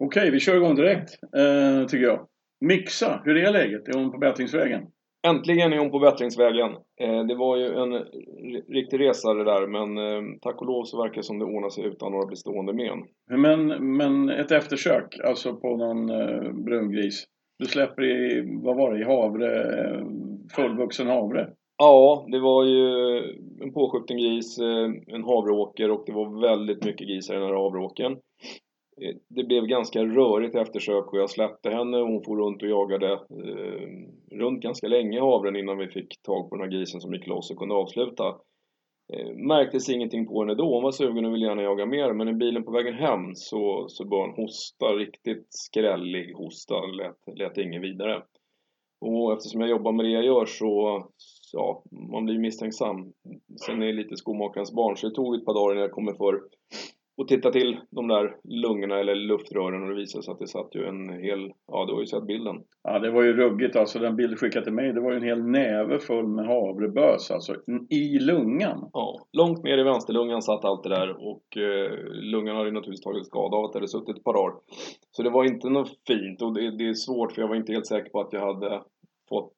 Okej, vi kör igång direkt, tycker jag. Mixa, hur är läget? Är hon på bättringsvägen? Äntligen är hon på bättringsvägen. Det var ju en riktig resa det där, men tack och lov så verkar det som det ordnar sig utan några bestående men. Men ett eftersök, alltså på någon brungris. Du släpper i havre, fullvuxen havre. Ja, det var ju en påskjuten gris, en havreåker och det var väldigt mycket grisar i den här havreåkern. Det blev ganska rörigt eftersök och jag släppte henne och hon får runt och jagade runt ganska länge i havren innan vi fick tag på den här grisen som gick loss och kunde avsluta. Märktes ingenting på henne då, hon var sugen och ville gärna jaga mer, men i bilen på vägen hem så började hon hosta, riktigt skrällig hosta, lät ingen vidare. Och eftersom jag jobbar med det jag gör så ja, man blir misstänksam. Sen är det lite skomakarens barn, så det tog ett par dagar när jag kommer för och titta till de där lungorna eller luftrören och det visade sig att det satt ju en hel, ja du har ju sett bilden. Ja, det var ju ruggigt alltså, den bild du skickade till mig, det var ju en hel näve full med havrebös alltså, i lungan. Ja, långt ner i vänsterlungan satt allt det där och lungan hade ju naturligtvis tagit skada av att det hade suttit ett par dagar. Så det var inte något fint och det är svårt för jag var inte helt säker på att jag hade fått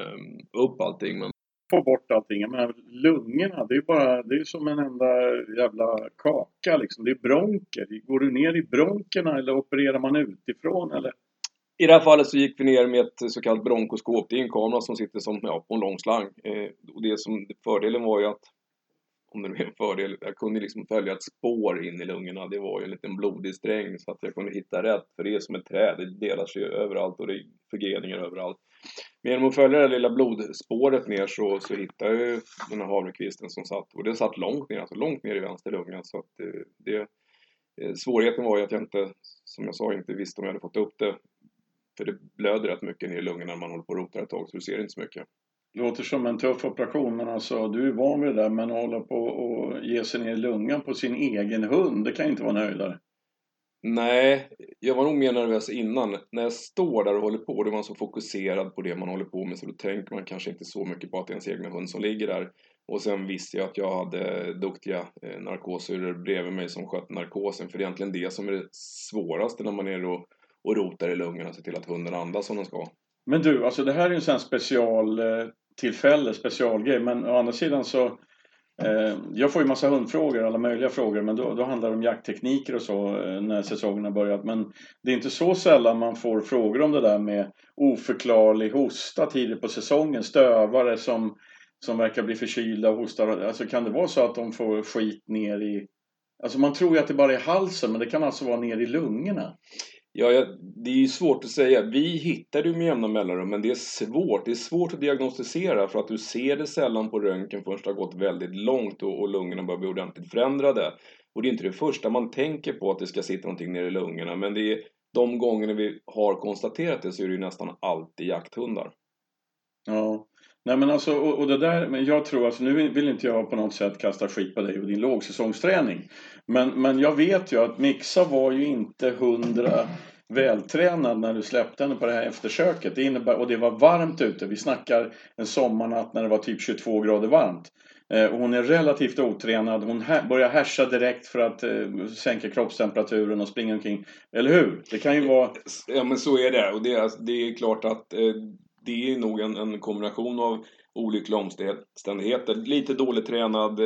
upp allting. Men Få bort allting, men lungorna, det är ju som en enda jävla kaka liksom, det är bronker. Går du ner i bronkerna eller opererar man utifrån eller? i det här fallet så gick vi ner med ett så kallat bronkoskop. Det är en kamera som sitter som, på en lång slang. Och fördelen var ju att, om det är en fördel, jag kunde liksom följa ett spår in i lungorna. Det var ju en liten blodig sträng så att jag kunde hitta rätt. För det är som ett träd, det delar sig överallt och det är förgreningar överallt. Men genom att följa det lilla blodspåret ner så hittade jag ju den här havrekvisten som satt. Och det satt långt ner, alltså långt ner i vänsterlungan. Så att svårigheten var ju att jag inte, som jag sa, inte visste om jag hade fått upp det. För det blöder rätt mycket ner i lungorna när man håller på och rotar ett tag, så du ser inte så mycket. Låter som en tuff operation, men alltså du är van vid det där, men att hålla på och ge sig ner i lungan på sin egen hund, det kan inte vara nöjdare. Nej, jag var nog mer nervös innan. När jag står där och håller på, då är man så fokuserad på det man håller på med så då tänker man kanske inte så mycket på att det är ens egna hund som ligger där. Och sen visste jag att jag hade duktiga narkosurer bredvid mig som sköt narkosen. För det är egentligen det som är det svåraste när man är och rotar i lungorna och ser till att hunden andas som den ska. Men du, alltså det här är ju en sån specialgrej, men å andra sidan så jag får ju massa hundfrågor, alla möjliga frågor, men då handlar det om jakttekniker och så när säsongen har börjat. Men det är inte så sällan man får frågor om det där med oförklarlig hosta tidigt på säsongen, stövare som verkar bli förkylda och hostar. Alltså kan det vara så att de får skit ner i, alltså man tror ju att det bara är halsen, men det kan alltså vara ner i lungorna. Ja, det är ju svårt att säga. Vi hittar det med jämna mellanrum, men det är svårt. Det är svårt att diagnostisera för att du ser det sällan på röntgen först det har gått väldigt långt och lungorna börjar bli ordentligt förändrade. Och det är inte det första man tänker på att det ska sitta någonting ner i lungorna, men det är de gångerna vi har konstaterat det så är det ju nästan alltid jakthundar. Ja. Nej men alltså, och det där, men jag tror alltså, nu vill inte jag på något sätt kasta skit på dig och din lågsäsongsträning. Men jag vet ju att Mixa var ju inte 100 vältränad när du släppte henne på det här eftersöket. Det innebär, och det var varmt ute, vi snackar en sommarnatt när det var typ 22 grader varmt. Och hon är relativt otränad, hon börjar härsa direkt för att sänka kroppstemperaturen och springa omkring. Eller hur? Det kan ju vara... Ja men så är det, och det är klart att... Det är nog en kombination av olyckliga omständigheter. Lite dåligt tränad,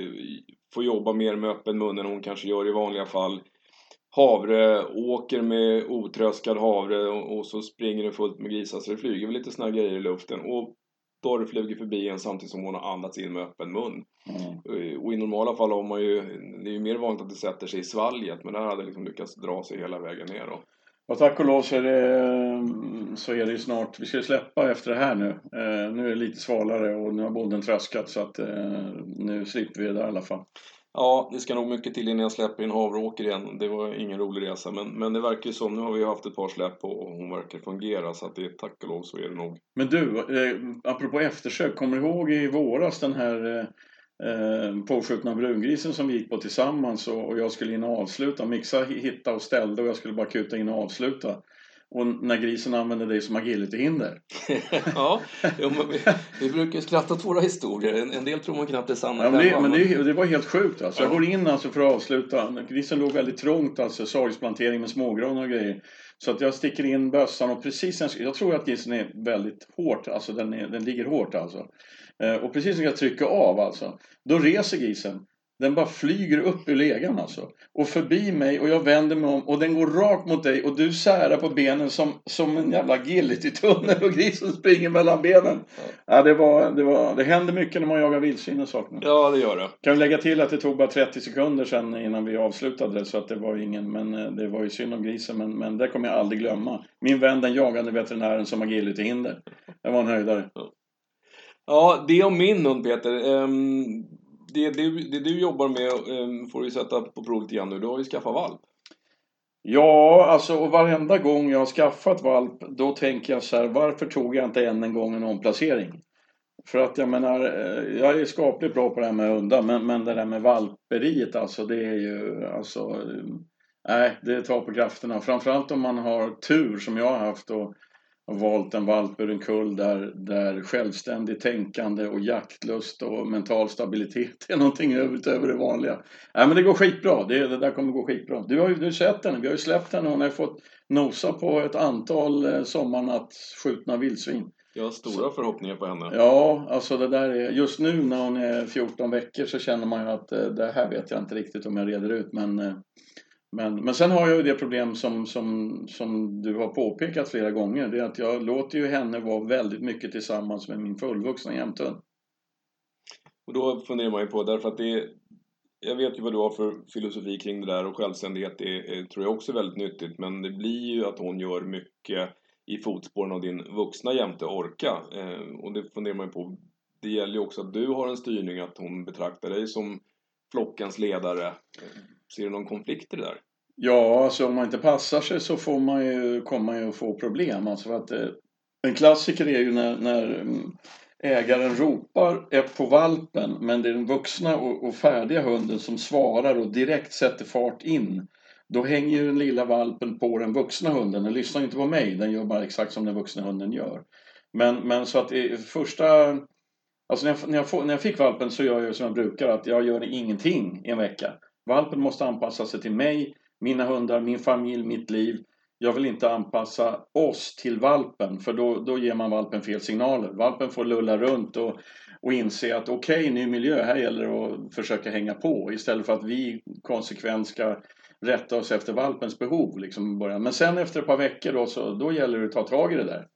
får jobba mer med öppen mun än hon kanske gör i vanliga fall. Havre, åker med otröskad havre och så springer det fullt med grisar så det flyger väl lite såna grejer i luften. Och då har det flugit förbi en samtidigt som hon har andats in med öppen mun. Och i normala fall har man ju, det är ju mer vanligt att det sätter sig i svalget, men där hade liksom lyckats dra sig hela vägen ner då. Och tack och lov så är det ju snart, vi ska släppa efter det här nu. Nu är det lite svalare och nu har bonden tröskat så att nu slipper vi det där i alla fall. Ja, det ska nog mycket till innan jag släpper en havreåker igen. Det var ingen rolig resa, men det verkar ju som, nu har vi haft ett par släpp och hon verkar fungera så att det är tack och lov så är det nog. Men du, apropå eftersök, kommer du ihåg i våras den här påskjutna brungrisen som vi gick på tillsammans och jag skulle in och avsluta. Mixa hitta och ställde och jag skulle bara kuta in och avsluta. och när grisen använder dig som agilityhinder. Ja, men vi brukar skratta åt våra historier. En del tror man knappt är sanna. Ja, men det var helt sjukt alltså. Jag går in alltså för att avsluta. Grisen låg väldigt trångt alltså, sagesplantering med smågran och grejer. Så att jag sticker in bössan och precis, jag tror att grisen är väldigt hårt, alltså den ligger hårt alltså. Och precis när jag trycker av alltså, då reser grisen. Den bara flyger upp ur legan alltså. Och förbi mig och jag vänder mig om och den går rakt mot dig och du särar på benen som en jävla agility-tunnel och grisen springer mellan benen. Ja, det händer mycket när man jagar vildsvin och saker. Ja, det gör det. Kan vi lägga till att det tog bara 30 sekunder sedan innan vi avslutade det, så att det var ingen, men det var ju synd om grisen, men det kommer jag aldrig glömma. Min vän, den jagande veterinären som agilityhinder. Det var en höjdare. Ja, det om min hund, Peter. Det du jobbar med får du sätta på prov lite grann nu. Du har ju skaffat valp. Ja, alltså och varenda gång jag har skaffat valp, då tänker jag så här, varför tog jag inte en gång en omplacering? För att jag menar, jag är skapligt bra på det här med hundar, men det där med valperiet alltså, det är ju alltså, nej, det tar på krafterna. Framförallt om man har tur som jag har haft och valt en valp ur en kull där självständigt tänkande och jaktlust och mental stabilitet är någonting utöver det vanliga. Nej, men det går skitbra. Det där kommer gå skitbra. Du har ju sett henne. Vi har ju släppt henne. Hon har fått nosa på ett antal sommarnattsskjutna vildsvin. Jag har stora förhoppningar på henne. Ja, alltså det där är, just nu när hon är 14 veckor så känner man ju att det här vet jag inte riktigt om jag reder ut, men sen har jag ju det problem som du har påpekat flera gånger. Det är att jag låter ju henne vara väldigt mycket tillsammans med min fullvuxna jämthund. Och då funderar man ju på, därför att jag vet ju vad du har för filosofi kring det där, och självständighet är tror jag också väldigt nyttigt. Men det blir ju att hon gör mycket i fotspåren av din vuxna jämte orka. Och det funderar man ju på. Det gäller ju också att du har en styrning, att hon betraktar dig som flockens ledare. Ser du någon konflikt i det där? Ja, alltså om man inte passar sig så kommer man ju få problem. Alltså för att en klassiker är ju när ägaren ropar på valpen, men det är den vuxna och färdiga hunden som svarar och direkt sätter fart in. Då hänger ju den lilla valpen på den vuxna hunden. Den lyssnar inte på mig, den gör bara exakt som den vuxna hunden gör. Men så att första... Alltså när jag fick valpen så gör jag som jag brukar, att jag gör ingenting i en vecka. Valpen måste anpassa sig till mig, mina hundar, min familj, mitt liv. Jag vill inte anpassa oss till valpen, för då ger man valpen fel signaler. Valpen får lulla runt och inse att okej, ny miljö, här gäller det att försöka hänga på. Istället för att vi konsekvent ska rätta oss efter valpens behov. Liksom i början. Men sen efter ett par veckor då gäller det att ta tag i det där.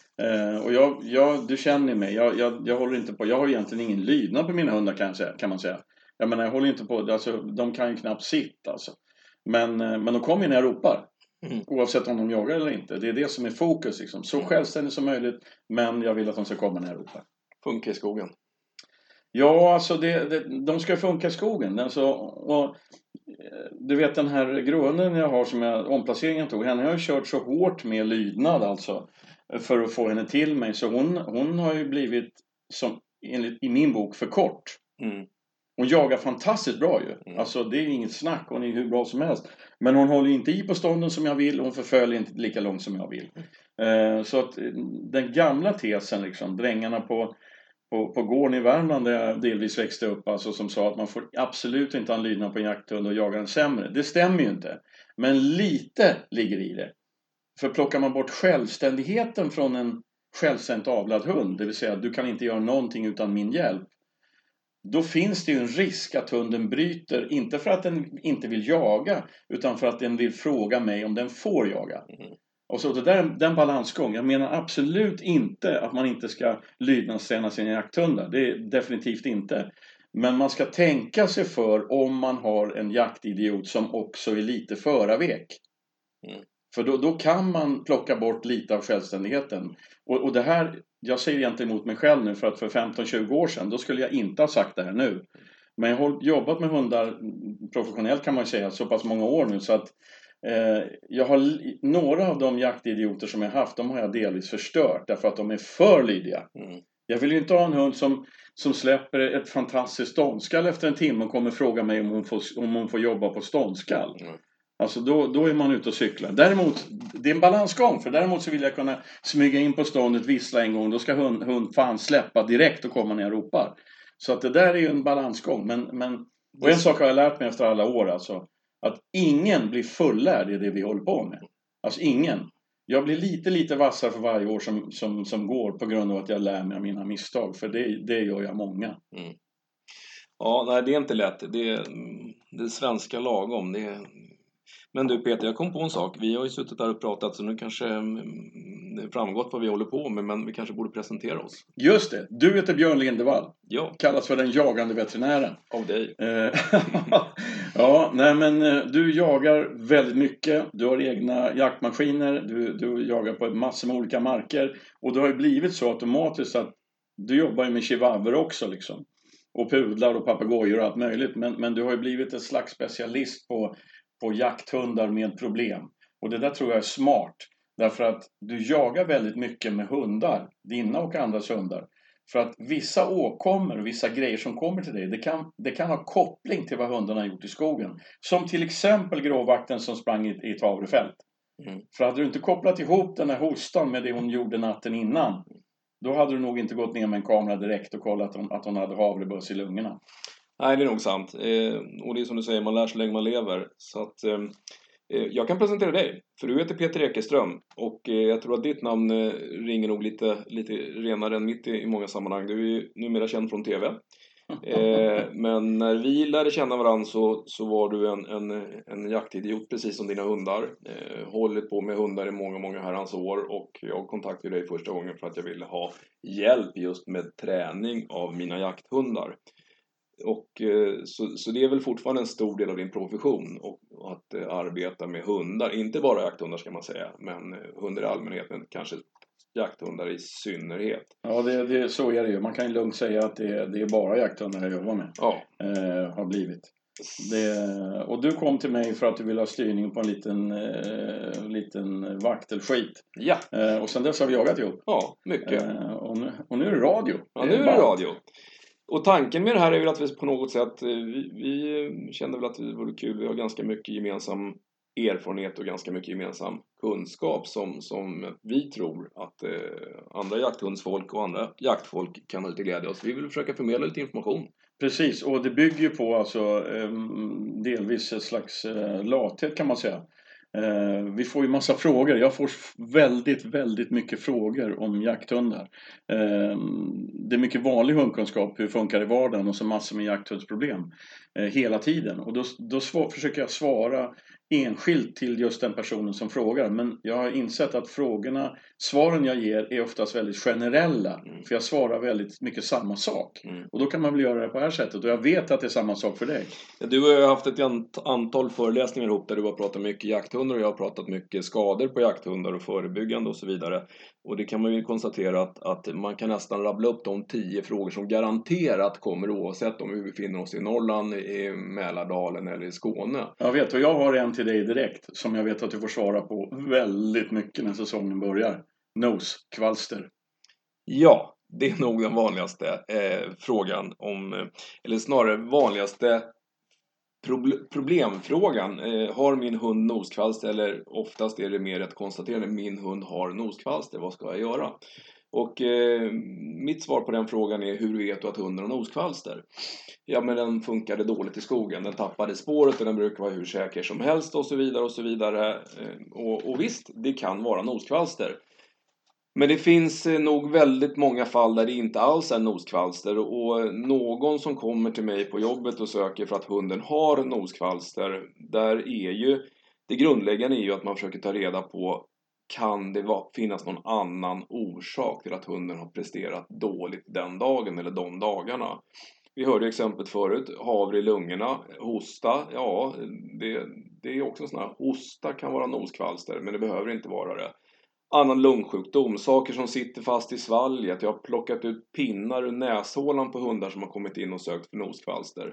Och du känner mig, jag håller inte på, jag har egentligen ingen lydnad på mina hundar kan man säga. Jag menar, jag håller inte på, alltså, de kan ju knappt sitta alltså. Men de kommer ju när jag ropar. Oavsett om de jagar eller inte. Det är det som är fokus liksom. Så självständigt som möjligt, men jag vill att de ska komma när jag ropar. Funkar i skogen? Ja, alltså de ska funka i skogen. Alltså, och, du vet den här grånen jag har som omplaceringen tog, henne har jag kört så hårt med lydnad alltså. För att få henne till mig. Så hon har ju blivit, som i min bok, för kort. Hon jagar fantastiskt bra ju. Alltså det är inget snack, hon är hur bra som helst. Men hon håller inte i på stånden som jag vill. Hon förföljer inte lika långt som jag vill. Så att den gamla tesen liksom, drängarna på gården i Värmland där jag delvis växte upp, alltså, som sa att man får absolut inte ha en lydnad på en jakthund och jaga den sämre. Det stämmer ju inte. Men lite ligger i det. För plockar man bort självständigheten från en självständigt avlad hund, det vill säga att du kan inte göra någonting utan min hjälp, då finns det ju en risk att hunden bryter, inte för att den inte vill jaga, utan för att den vill fråga mig om den får jaga. Och så det där, den balansgång, jag menar absolut inte att man inte ska lydnadsträna sina jakthundar, det är definitivt inte. Men man ska tänka sig för om man har en jaktidiot som också är lite förarvek. För då kan man plocka bort lite av självständigheten. Och det här, jag säger egentligen emot mig själv nu, för att för 15-20 år sedan, då skulle jag inte ha sagt det här nu. Men jag har jobbat med hundar professionellt kan man säga, så pass många år nu, så att jag har några av de jaktidioter som jag haft, de har jag delvis förstört därför att de är för lydiga. Jag vill ju inte ha en hund som släpper ett fantastiskt ståndskall efter en timme och kommer fråga mig om hon får jobba på ståndskall. Alltså då är man ute och cyklar. Däremot det är en balansgång. För däremot så vill jag kunna smyga in på ståndet, vissla en gång. Då ska hund fan släppa direkt och komma när jag ropar. Så att det där är ju en balansgång. Men och en sak har jag lärt mig efter alla år alltså. Att ingen blir fullärd i det vi håller på med. Alltså ingen. Jag blir lite vassare för varje år som går på grund av att jag lär mig av mina misstag. För det gör jag många. Mm. Ja, nej, det är inte lätt. Det är svenska lagom. Men du Peter, jag kom på en sak. Vi har ju suttit där och pratat så nu kanske det framgått vad vi håller på med, men vi kanske borde presentera oss. Just det. Du heter Björn Lindevall. Ja. Kallas för den jagande veterinären. Av dig. Ja, nej men du jagar väldigt mycket. Du har egna jaktmaskiner. Du jagar på massor med olika marker. Och det har ju blivit så automatiskt att du jobbar ju med chihuahuor också liksom. Och pudlar och papegojor och allt möjligt. Men du har ju blivit en slags specialist på jakthundar med problem. Och det där tror jag är smart. Därför att du jagar väldigt mycket med hundar. Dina och andras hundar. För att vissa åkommor och vissa grejer som kommer till dig. Det kan ha koppling till vad hundarna har gjort i skogen. Som till exempel gråvakten som sprang i ett havrefält. Mm. För hade du inte kopplat ihop den här hostan med det hon gjorde natten innan. Då hade du nog inte gått ner med en kamera direkt och kollat att hon hade havrebuss i lungorna. Nej, det är nog sant. Och det är som du säger, man lär så länge man lever. Så att jag kan presentera dig. För du heter Peter Ekeström. Och jag tror att ditt namn ringer nog lite renare än mitt i många sammanhang. Du är ju numera känd från TV. Men när vi lärde känna varandra så var du en jaktidiot precis som dina hundar. Hållit på med hundar i många herrans år. Och jag kontaktade dig första gången för att jag ville ha hjälp just med träning av mina jakthundar. Och så det är väl fortfarande en stor del av din profession och att arbeta med hundar, inte bara jakthundar ska man säga, men hundar i allmänhet, men kanske jakthundar i synnerhet. Ja, så är det ju. Man kan ju lugnt säga att det är bara jakthundar jag jobbar med. Ja. Har blivit. Och du kom till mig för att du ville ha styrning på en liten vaktelskit. Ja. Och sen dess har vi jagat ihop. Ja, mycket. Och nu är det radio. Ja, nu är det radio. Och tanken med det här är väl att vi på något sätt, vi kände väl att det vore kul. Vi har ganska mycket gemensam erfarenhet och ganska mycket gemensam kunskap som vi tror att andra jakthundsfolk och andra jaktfolk kan ha lite glädje av. Så vi vill försöka förmedla lite information. Precis, och det bygger ju på alltså, delvis ett slags lathet kan man säga. Vi får ju massa frågor. Jag får väldigt mycket frågor om jakthundar. Det är mycket vanlig hundkunskap. Hur funkar det i vardagen? Och så massor med jakthundsproblem. Hela tiden. Och då försöker jag svara enskilt till just den personen som frågar. Men jag har insett att svaren jag ger är oftast väldigt generella. För jag svarar väldigt mycket samma sak. Och då kan man väl göra det på det här sättet. Och jag vet att det är samma sak för dig. Du har ju haft ett antal föreläsningar ihop där du har pratat mycket jakthundar och jag har pratat mycket skador på jakthundar och förebyggande och så vidare. Och det kan man ju konstatera att man kan nästan rabbla upp de 10 frågor som garanterat kommer oavsett om vi befinner oss i Norrland, i Mälardalen eller i Skåne. Jag vet, och jag har en till dig direkt som jag vet att du får svara på väldigt mycket när säsongen börjar. Noskvalster. Ja, det är nog den vanligaste frågan eller snarare vanligaste problemfrågan. Har min hund noskvalster, eller oftast är det mer ett konstaterande, min hund har noskvalster, vad ska jag göra? Och mitt svar på den frågan är, hur vet du att hunden har noskvalster? Ja, men den funkade dåligt i skogen, den tappade spåret och den brukar vara hur säker som helst och så vidare och så vidare. Och visst, det kan vara noskvalster. Men det finns nog väldigt många fall där det inte alls är noskvalster, och någon som kommer till mig på jobbet och söker för att hunden har noskvalster, där är ju det grundläggande är ju att man försöker ta reda på, kan det finnas någon annan orsak till att hunden har presterat dåligt den dagen eller de dagarna. Vi hörde exemplet förut, havre i lungorna, hosta, ja det är också en sån här, hosta kan vara noskvalster men det behöver inte vara det. Annan lungsjukdom, saker som sitter fast i svalget. Jag har plockat ut pinnar ur näshålan på hundar som har kommit in och sökt för noskvalster.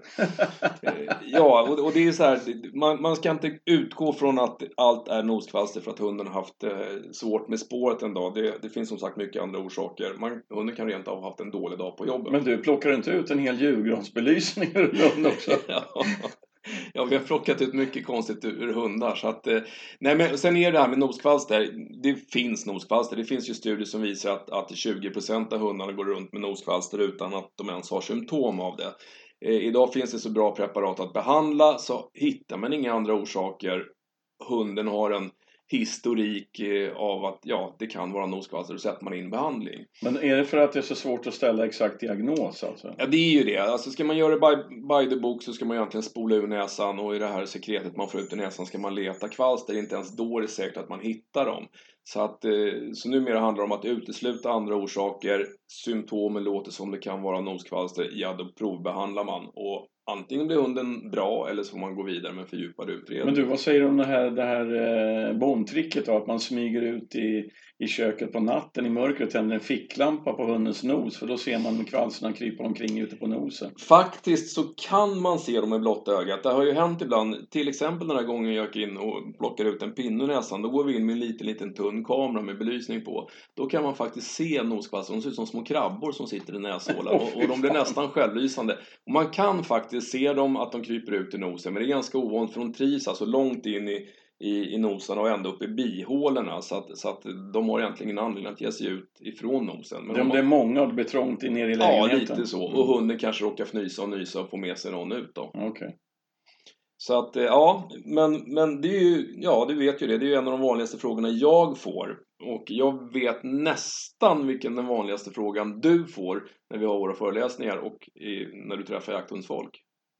Ja, och det är så här, man ska inte utgå från att allt är noskvalster för att hunden har haft svårt med spåret en dag. Det finns som sagt mycket andra orsaker. Hunden kan rent av ha haft en dålig dag på jobbet. Men du plockar inte ut en hel julgransbelysning ur hunden också? Ja. Ja, vi har plockat ut mycket konstigt ur hundar. Så att, nej, men sen är det här med noskvalster. Det finns noskvalster. Det finns ju studier som visar att 20% av hundarna går runt med noskvalster utan att de ens har symptom av det. Idag finns det så bra preparat att behandla, så hittar man inga andra orsaker. Hunden har en historik av att det kan vara noskvalster, och sätter man in behandling. Men är det för att det är så svårt att ställa exakt diagnos alltså? Ja, det är ju det. Alltså ska man göra det by the book så ska man egentligen spola ur näsan, och i det här sekretet man får ut i näsan ska man leta kvalster. Inte ens då är det säkert att man hittar dem. Så numera handlar det om att utesluta andra orsaker. Symptomen låter som det kan vara noskvalster. Ja, då provbehandlar man. Och antingen blir hunden bra, eller så får man gå vidare med fördjupad utredning. Men du, vad säger du om det här bondtricket då? Att man smyger ut i köket på natten i mörkret och tänder en ficklampa på hundens nos, för då ser man kvalsterna krypa omkring ute på nosen. Faktiskt så kan man se dem med blotta ögat. Det har ju hänt ibland, till exempel den här gången jag gick in och plockade ut en pinne i näsan. Då går vi in med en liten tunn kamera med belysning på. Då kan man faktiskt se noskvalster. De ser ut som små krabbor som sitter i näshålan, och de blir nästan självlysande. Och man kan faktiskt se dem att de kryper ut i nosen, men det är ganska ovanligt från tris, alltså långt in i nosen och ända upp i bihålorna, så att de har egentligen ingen anledning att ge sig ut ifrån nosen. Men det är många och det blir trångt in ner i lägenheten. Ja, lite så. Och hunden kanske råkar fnysa och få med sig någon ut då. Okay. Så att, men det är ju, du vet ju det. Det är ju en av de vanligaste frågorna jag får. Och jag vet nästan vilken den vanligaste frågan du får när vi har våra föreläsningar och när du träffar jakthundsfolk.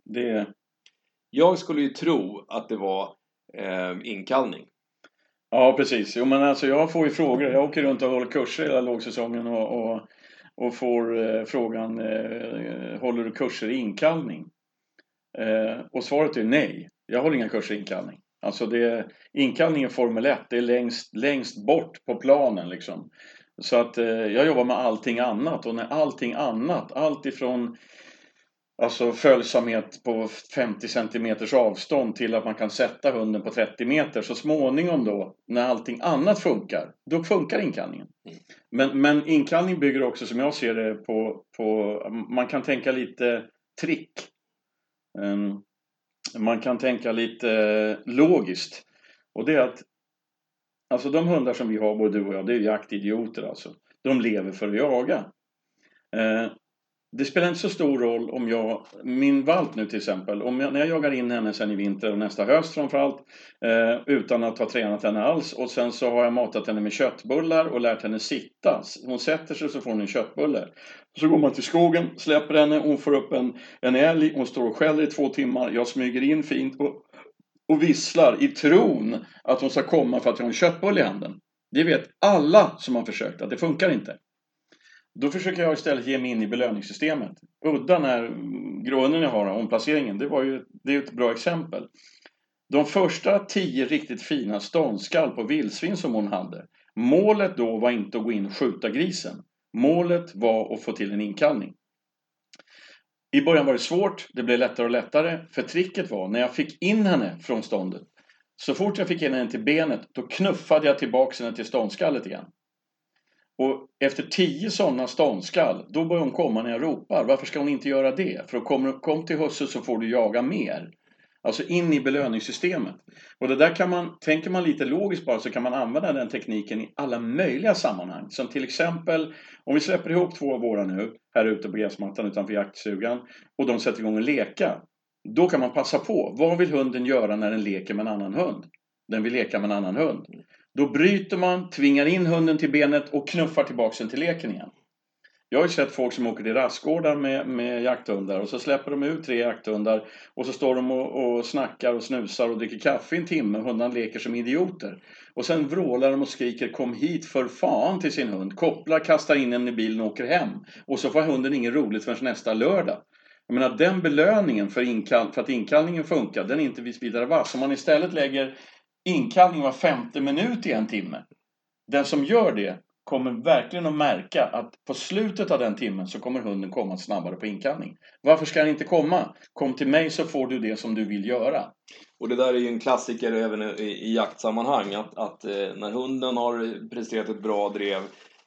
Jag skulle ju tro att det var inkallning. Ja, precis. Jo, men alltså jag får ju frågor. Jag åker runt och håller kurser hela lågsäsongen och får frågan, håller du kurser i inkallning? Och svaret är nej. Jag håller inga kurser i inkallning. Alltså inkallning är Formel 1. Det är längst bort på planen liksom. Så att jag jobbar med allting annat. Och när allting annat, allt ifrån alltså följsamhet på 50 centimeters avstånd till att man kan sätta hunden på 30 meter. Så småningom då, när allting annat funkar, då funkar inkallningen. Men inkallning bygger också, som jag ser det, på man kan tänka lite trick. Man kan tänka lite logiskt. Och det är att alltså de hundar som vi har, både du och jag, det är jaktidioter alltså. De lever för att jaga. Det spelar inte så stor roll om min valp nu till exempel, när jag jagar in henne sen i vinter och nästa höst framförallt, utan att ha tränat henne alls, och sen så har jag matat henne med köttbullar och lärt henne sitta. Hon sätter sig så får hon en köttbulle. Så går man till skogen, släpper henne, hon får upp en älg, hon står och skäller i 2 timmar, jag smyger in fint och visslar i tron att hon ska komma för att jag har en köttbulle i handen. Det vet alla som har försökt att det funkar inte. Då försöker jag istället ge mig in i belöningssystemet. Udda när grunden jag har, omplaceringen, det är ett bra exempel. De första 10 riktigt fina ståndskall på vildsvin som hon hade. Målet då var inte att gå in och skjuta grisen. Målet var att få till en inkallning. I början var det svårt, det blev lättare och lättare. För tricket var, när jag fick in henne från ståndet, så fort jag fick in henne till benet, då knuffade jag tillbaka henne till ståndskallet igen. Och efter 10 sådana ståndskall, då börjar hon komma när jag ropar. Varför ska hon inte göra det? För att kom till husse så får du jaga mer. Alltså in i belöningssystemet. Och det där tänker man lite logiskt bara, så kan man använda den tekniken i alla möjliga sammanhang. Som till exempel, om vi släpper ihop 2 av våra nu, här ute på gräsmattan utanför jaktstugan, och de sätter igång att leka. Då kan man passa på, vad vill hunden göra när den leker med en annan hund? Den vill leka med en annan hund. Då bryter man, tvingar in hunden till benet och knuffar tillbaka den till leken igen. Jag har ju sett folk som åker till rastgårdar med jakthundar, och så släpper de ut 3 jakthundar och så står de och snackar och snusar och dricker kaffe i en timme, och hundarna leker som idioter. Och sen vrålar de och skriker kom hit för fan till sin hund, kopplar, kastar in den i bilen och åker hem. Och så får hunden ingen roligt förrän nästa lördag. Jag menar, den belöningen för att inkallningen funkar, den är inte vidare vass. Om man istället lägger inkallning var 50 minut i en timme. Den som gör det kommer verkligen att märka att på slutet av den timmen så kommer hunden komma snabbare på inkallning. Varför ska den inte komma? Kom till mig så får du det som du vill göra. Och det där är ju en klassiker även i jaktsammanhang. Att när hunden har presterat ett bra drev,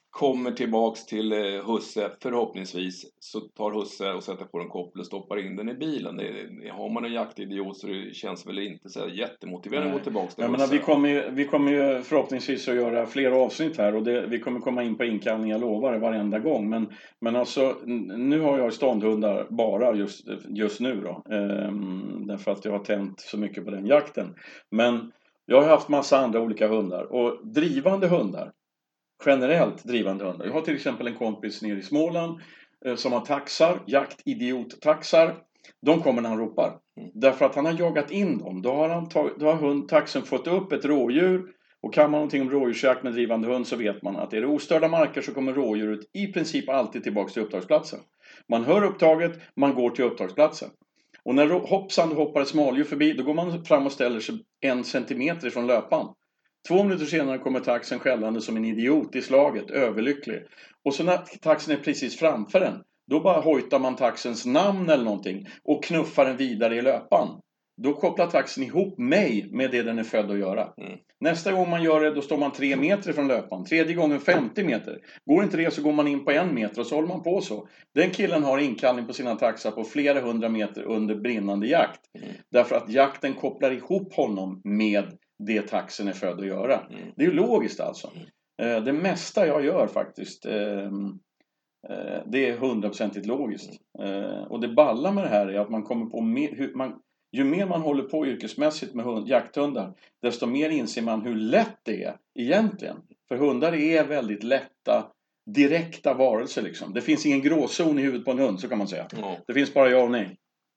kommer tillbaks till husse, förhoppningsvis så tar husse och sätter på en koppel och stoppar in den i bilen. Har man en jaktidiot så det känns väl inte så jättemotiverande att gå tillbaks till husse. Vi kommer ju förhoppningsvis att göra fler avsnitt här och vi kommer komma in på inkallning, jag lovar det, varenda gång. Men alltså, nu har jag ståndhundar bara just nu då. Därför att jag har tänt så mycket på den jakten. Men jag har haft massa andra olika hundar och drivande hundar. Generellt drivande hundar. Jag har till exempel en kompis nere i Småland som har taxar, jaktidiot-taxar. De kommer när han ropar. Därför att han har jagat in dem. Då har taxen fått upp ett rådjur. Och kan man någonting om rådjursjakt med drivande hund så vet man att är det ostörda marker så kommer rådjuret i princip alltid tillbaka till upptagsplatsen. Man hör upptaget, man går till upptagsplatsen. Och när hoppsan hoppar ett smådjur förbi, då går man fram och ställer sig 1 centimeter från löpan. 2 minuter senare kommer taxen skällande som en idiot i slaget, överlycklig. Och så när taxen är precis framför den, då bara hojtar man taxens namn eller någonting och knuffar den vidare i löpan. Då kopplar taxen ihop mig med det den är född att göra. Nästa gång man gör det, då står man 3 meter från löpan. 3:e gången 50 meter. Går inte det så går man in på 1 meter och så håller man på så. Den killen har inkallning på sina taxar på flera 100 meter under brinnande jakt. Därför att jakten kopplar ihop honom med det taxen är född att göra. Det är ju logiskt alltså. Det mesta jag gör faktiskt, det är 100% logiskt. Och det balla med det här är att man kommer på ju mer man håller på yrkesmässigt med jakthundar, desto mer inser man hur lätt det är egentligen. För hundar är väldigt lätta, direkta varelser liksom. Det finns ingen gråzon i huvudet på en hund, så kan man säga. Det finns bara ja och nej.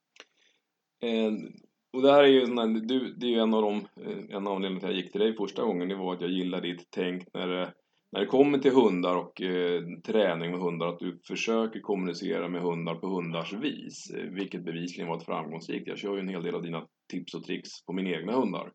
Och det här är ju, det är ju en av anledningarna till att jag gick till dig första gången. Det var att jag gillade ditt tänk när det kommer till hundar och träning med hundar, att du försöker kommunicera med hundar på hundars vis, vilket bevisligen var ett framgångsrikt. Jag kör ju en hel del av dina tips och tricks på mina egna hundar.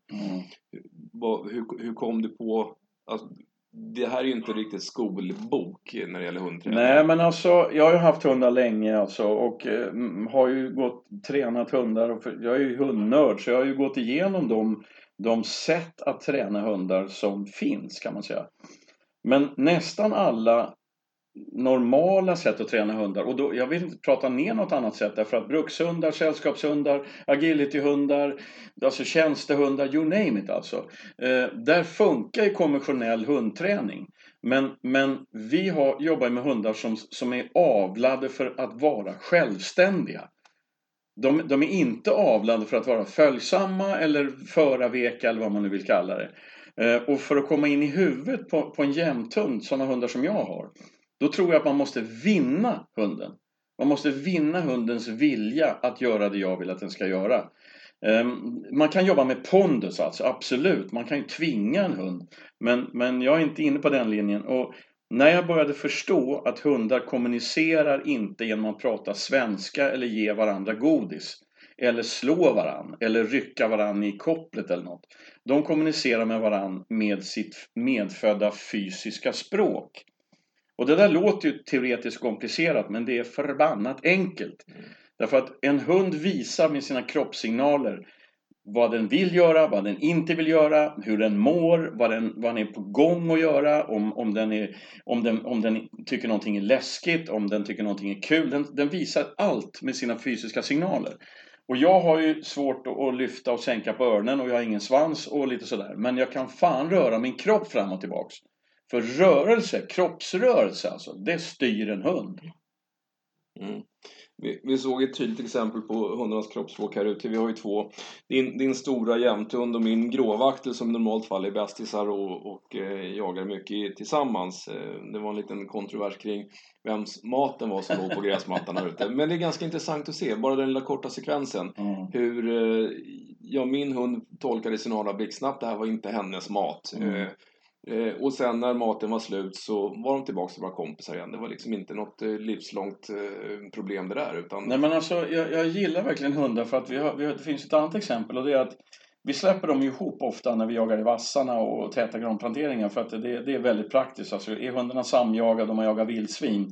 Hur kom du på, alltså, det här är ju inte riktigt skolbok när det gäller hundträning. Nej, men alltså jag har ju haft hundar länge alltså, och har ju tränat hundar och jag är ju hundnörd, så jag har ju gått igenom de sätt att träna hundar som finns, kan man säga. Men nästan alla normala sätt att träna hundar, och då, jag vill inte prata ner något annat sätt, därför att brukshundar, sällskapshundar, agilityhundar, alltså tjänstehundar, you name it alltså. Där funkar ju konventionell hundträning. Men vi jobbar med hundar som är avlade för att vara självständiga. De är inte avlade för att vara följsamma eller förarveka eller vad man nu vill kalla det. Och för att komma in i huvudet på en jämthund, sådana hundar som jag har, då tror jag att man måste vinna hunden. Man måste vinna hundens vilja att göra det jag vill att den ska göra. Man kan jobba med pondus alltså, absolut. Man kan ju tvinga en hund. Men jag är inte inne på den linjen. Och när jag började förstå att hundar kommunicerar inte genom att prata svenska eller ge varandra godis, eller slå varann, eller rycka varann i kopplet eller något. De kommunicerar med varann med sitt medfödda fysiska språk. Och det där låter ju teoretiskt komplicerat, men det är förbannat enkelt. Därför att en hund visar med sina kroppssignaler vad den vill göra, vad den inte vill göra, hur den mår, vad den är på gång att göra, om den tycker någonting är läskigt, om den tycker någonting är kul. Den visar allt med sina fysiska signaler. Och jag har ju svårt att lyfta och sänka på öronen, och jag har ingen svans och lite sådär. Men jag kan fan röra min kropp fram och tillbaks. För rörelse, kroppsrörelse alltså, det styr en hund. Vi såg ett tydligt exempel på hundarnas kroppsspråk här ute. Vi har ju två. Din stora jämthund och min gråvaktel som i normalt fall är bästisar och jagar mycket tillsammans. Det var en liten kontrovers kring vems maten var som låg på gräsmattan här ute. Men det är ganska intressant att se, bara den lilla korta sekvensen. Hur min hund tolkade signalen blixtsnabbt, det här var inte hennes mat. Och sen när maten var slut så var de tillbaka till våra kompisar igen. Det var liksom inte något livslångt problem det där. Utan... Nej, men alltså jag gillar verkligen hundar, för att det finns ett annat exempel, och det är att vi släpper dem ihop ofta när vi jagar i vassarna och täta granplanteringar, för att det är väldigt praktiskt. Alltså, är hundarna samjagade och man jagar vildsvin,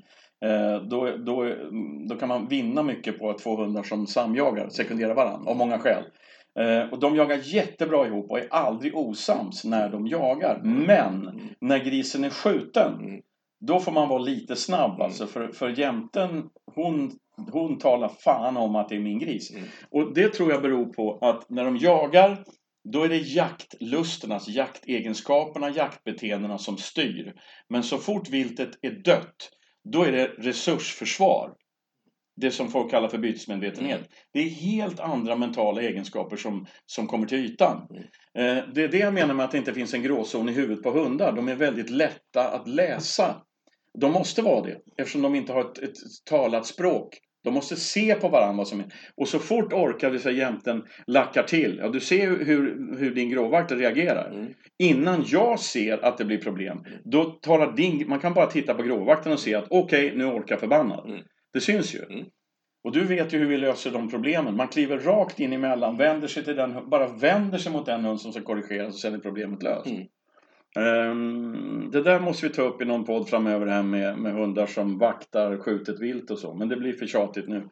då kan man vinna mycket på att få hundar som samjagar, sekunderar varandra av många skäl. Och de jagar jättebra ihop och är aldrig osams när de jagar. Men när grisen är skjuten, då får man vara lite snabb alltså. För jämten, hon talar fan om att det är min gris. Och det tror jag beror på att när de jagar, då är det jaktlusternas, jaktegenskaperna, jaktbeteendena som styr. Men så fort viltet är dött, då är det resursförsvar. Det som folk kallar för bytesmedvetenhet. Det är helt andra mentala egenskaper som kommer till ytan. Det är det jag menar med att det inte finns en gråzon i huvudet på hundar. De är väldigt lätta att läsa. De måste vara det, eftersom de inte har ett talat språk. De måste se på varandra vad som är. Och så fort orkar vi sig jämten lackar till. Ja, du ser hur din gråvakt reagerar. Innan jag ser att det blir problem, då talar man kan bara titta på gråvakten och se att okej, nu orkar förbannad. Det syns ju. Och du vet ju hur vi löser de problemen. Man kliver rakt in emellan, vänder sig mot den hund som ska korrigeras och sen är problemet löst. Det där måste vi ta upp i någon podd framöver här med hundar som vaktar skjutet vilt och så. Men det blir för tjatigt nu.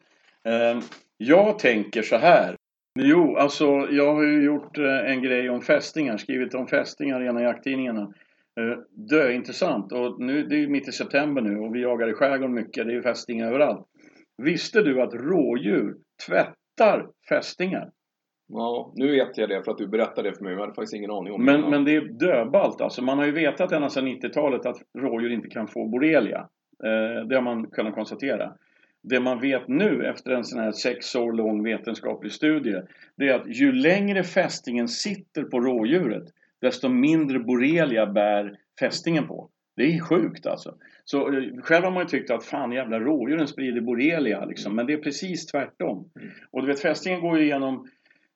Jag tänker så här. Jo, alltså jag har ju gjort en grej om fästingar. Skrivit om fästingar i en av jakttidningarna. Intressant. Och nu, det är ju mitt i september nu och vi jagar i skärgården mycket. Det är ju fästingar överallt. Visste du att rådjur tvättar fästingar? Ja, nu vet jag det för att du berättade det för mig. Jag hade faktiskt ingen aning om det. Men det är döbalt. Alltså man har ju vetat ända sedan 90-talet att rådjur inte kan få borrelia. Det har man kunnat konstatera. Det man vet nu efter en sån här 6 år lång vetenskaplig studie, det är att ju längre fästingen sitter på rådjuret, desto mindre borrelia bär fästingen på. Det är sjukt alltså. Så själv har man ju tyckt att fan jävla rådjuren sprider borrelia liksom. Men det är precis tvärtom. Och du vet, fästingen går ju igenom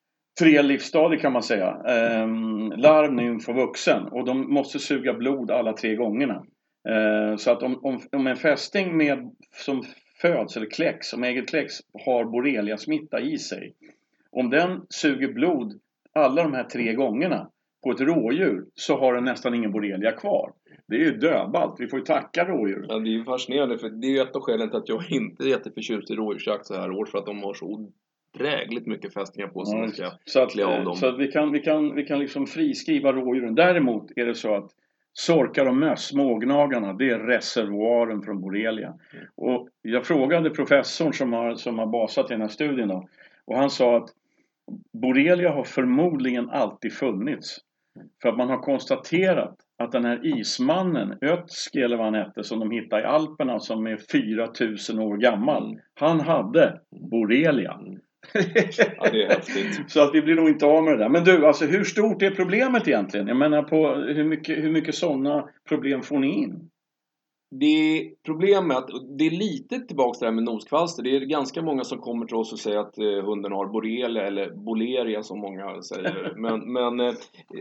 3 livsstadier kan man säga. Larv, nymf och vuxen. Och de måste suga blod alla 3 gångerna. Så att om en fästing som föds eller kläcks, som äger kläcks, har borrelia-smitta i sig. Om den suger blod alla de här 3 gångerna på ett rådjur, så har den nästan ingen borrelia kvar. Det är ju döbalt. Vi får ju tacka rådjur. Ja, det är ju fascinerande, för det är ju ett av skälen till att jag inte är jätteförtjust i rådjursjakt så här års, för att de har så drägligt mycket fästingar på sig. Så att vi kan liksom friskriva rådjuren. Däremot är det så att sorkar och möss, smågnagarna, det är reservoaren från borrelia. Och jag frågade professorn som har basat i den här studien då, och han sa att borrelia har förmodligen alltid funnits. För att man har konstaterat att den här ismannen, Ötski eller vad han hette, som de hittade i Alperna, som är 4000 år gammal, han hade borrelia. Ja, det är häftigt. Så att vi blir nog inte av med det där. Men du, alltså hur stort är problemet egentligen? Jag menar på hur mycket sådana problem får ni in? Det problemet, det är lite tillbaka där med noskvalster. Det är ganska många som kommer till oss och säger att hunden har borrelia eller boleria som många säger. Men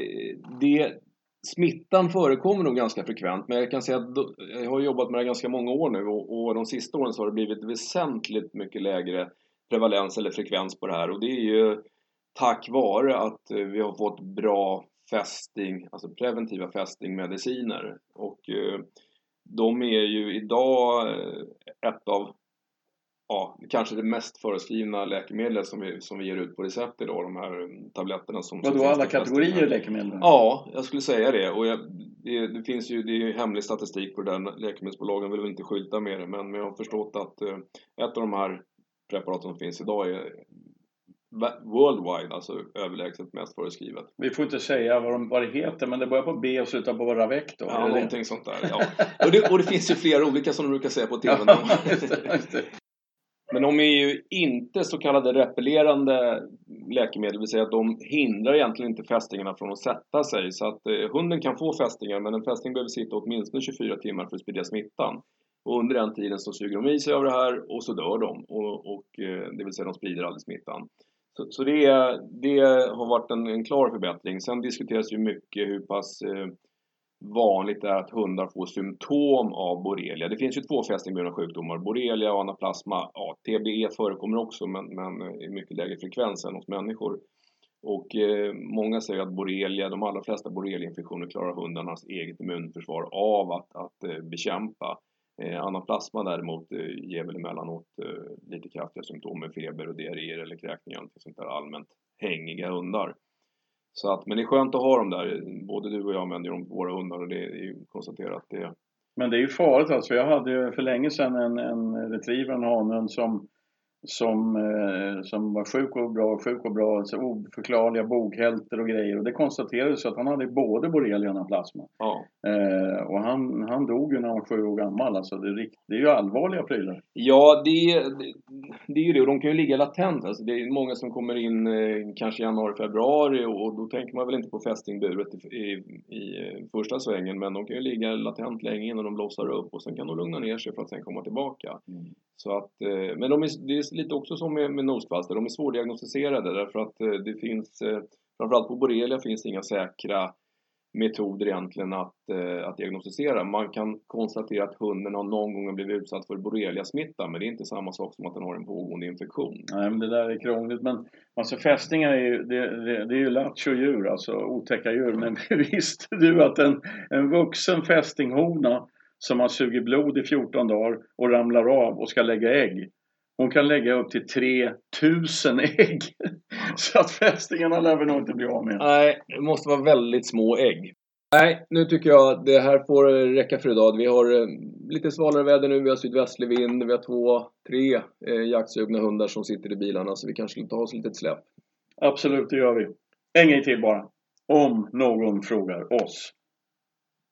smittan förekommer nog ganska frekvent. Men jag kan säga att jag har jobbat med det ganska många år nu, och de sista åren så har det blivit väsentligt mycket lägre prevalens eller frekvens på det här. Och det är ju tack vare att vi har fått bra fästing, alltså preventiva fästingmediciner. Och de är ju idag ett av, kanske det mest föreskrivna läkemedlet som vi ger ut på recept idag, de här tabletterna som... Och då alla kategorier läkemedel? Ja, jag skulle säga det. Och det finns ju, det är ju hemlig statistik på den. Läkemedelsbolagen vill väl inte skylta med det, men jag har förstått att ett av de här preparaten som finns idag är worldwide, alltså överlägset mest föreskrivet. Vi får inte säga vad det heter, men det börjar på B och slutar på Ravec då. Ja, någonting sånt där. Ja. Och det finns ju flera olika som de brukar säga på TV. Just det. Men de är ju inte så kallade repellerande läkemedel, det vill säga att de hindrar egentligen inte fästingarna från att sätta sig. Så att hunden kan få fästingar, men en fästing behöver sitta åtminstone 24 timmar för att sprida smittan. Och under den tiden så suger de i sig av det här och så dör de. Och det vill säga de sprider aldrig smittan. Så det har varit en klar förbättring. Sen diskuteras ju mycket hur pass vanligt det är att hundar får symptom av borrelia. Det finns ju 2 fästingburna sjukdomar, borrelia och anaplasma. Ja, TBE förekommer också, men i mycket lägre frekvens än hos människor. Och många säger att borrelia, de allra flesta borreliainfektioner klarar hundarnas eget immunförsvar av att bekämpa. Anaplasma däremot ger väl emellanåt lite kraftiga symptom med feber och diarréer eller kräkningar och sånt där allmänt hängiga hundar. Så att, men det är skönt att ha dem där. Både du och jag använder dem på våra hundar, och det är ju konstaterat att Men det är ju farligt alltså. Jag hade ju för länge sedan en retriever, en hanen som var sjuk och bra, så oförklarliga boghälter och grejer. Och det konstaterades att han hade både borrelia och anaplasma. Ja. Och han dog ju när han var 7 år gammal. Alltså det är ju allvarliga prylar. Ja, det är ju det. Och de kan ju ligga latent. Alltså det är många som kommer in kanske i januari, februari. Och då tänker man väl inte på fästingburet i första svängen. Men de kan ju ligga latent länge innan de blossar upp. Och sen kan de lugna ner sig för att sen komma tillbaka. Så att, men det är lite också som med noskvalster. De är svårdiagnostiserade. Därför att det finns, framförallt på borrelia finns det inga säkra metoder egentligen att diagnostisera. Man kan konstatera att hunden har någon gång blivit utsatt för borrelia-smitta, men det är inte samma sak som att den har en pågående infektion. Nej, men det där är krångligt. Men alltså fästingar är ju, det är ju lattjo-djur, alltså otäcka djur. Men visste du att en vuxen fästinghona som har sugit blod i 14 dagar och ramlar av och ska lägga ägg, hon kan lägga upp till 3000 ägg. Så att fästingarna lär vi nog inte bli av med. Nej, det måste vara väldigt små ägg. Nej, nu tycker jag att det här får räcka för idag. Vi har lite svalare väder nu, vi har sydvästlig vind, vi har 2-3 jaktsugna hundar som sitter i bilarna, så vi kanske skulle ta oss lite släpp. Absolut, det gör vi. En grej till bara. Om någon frågar oss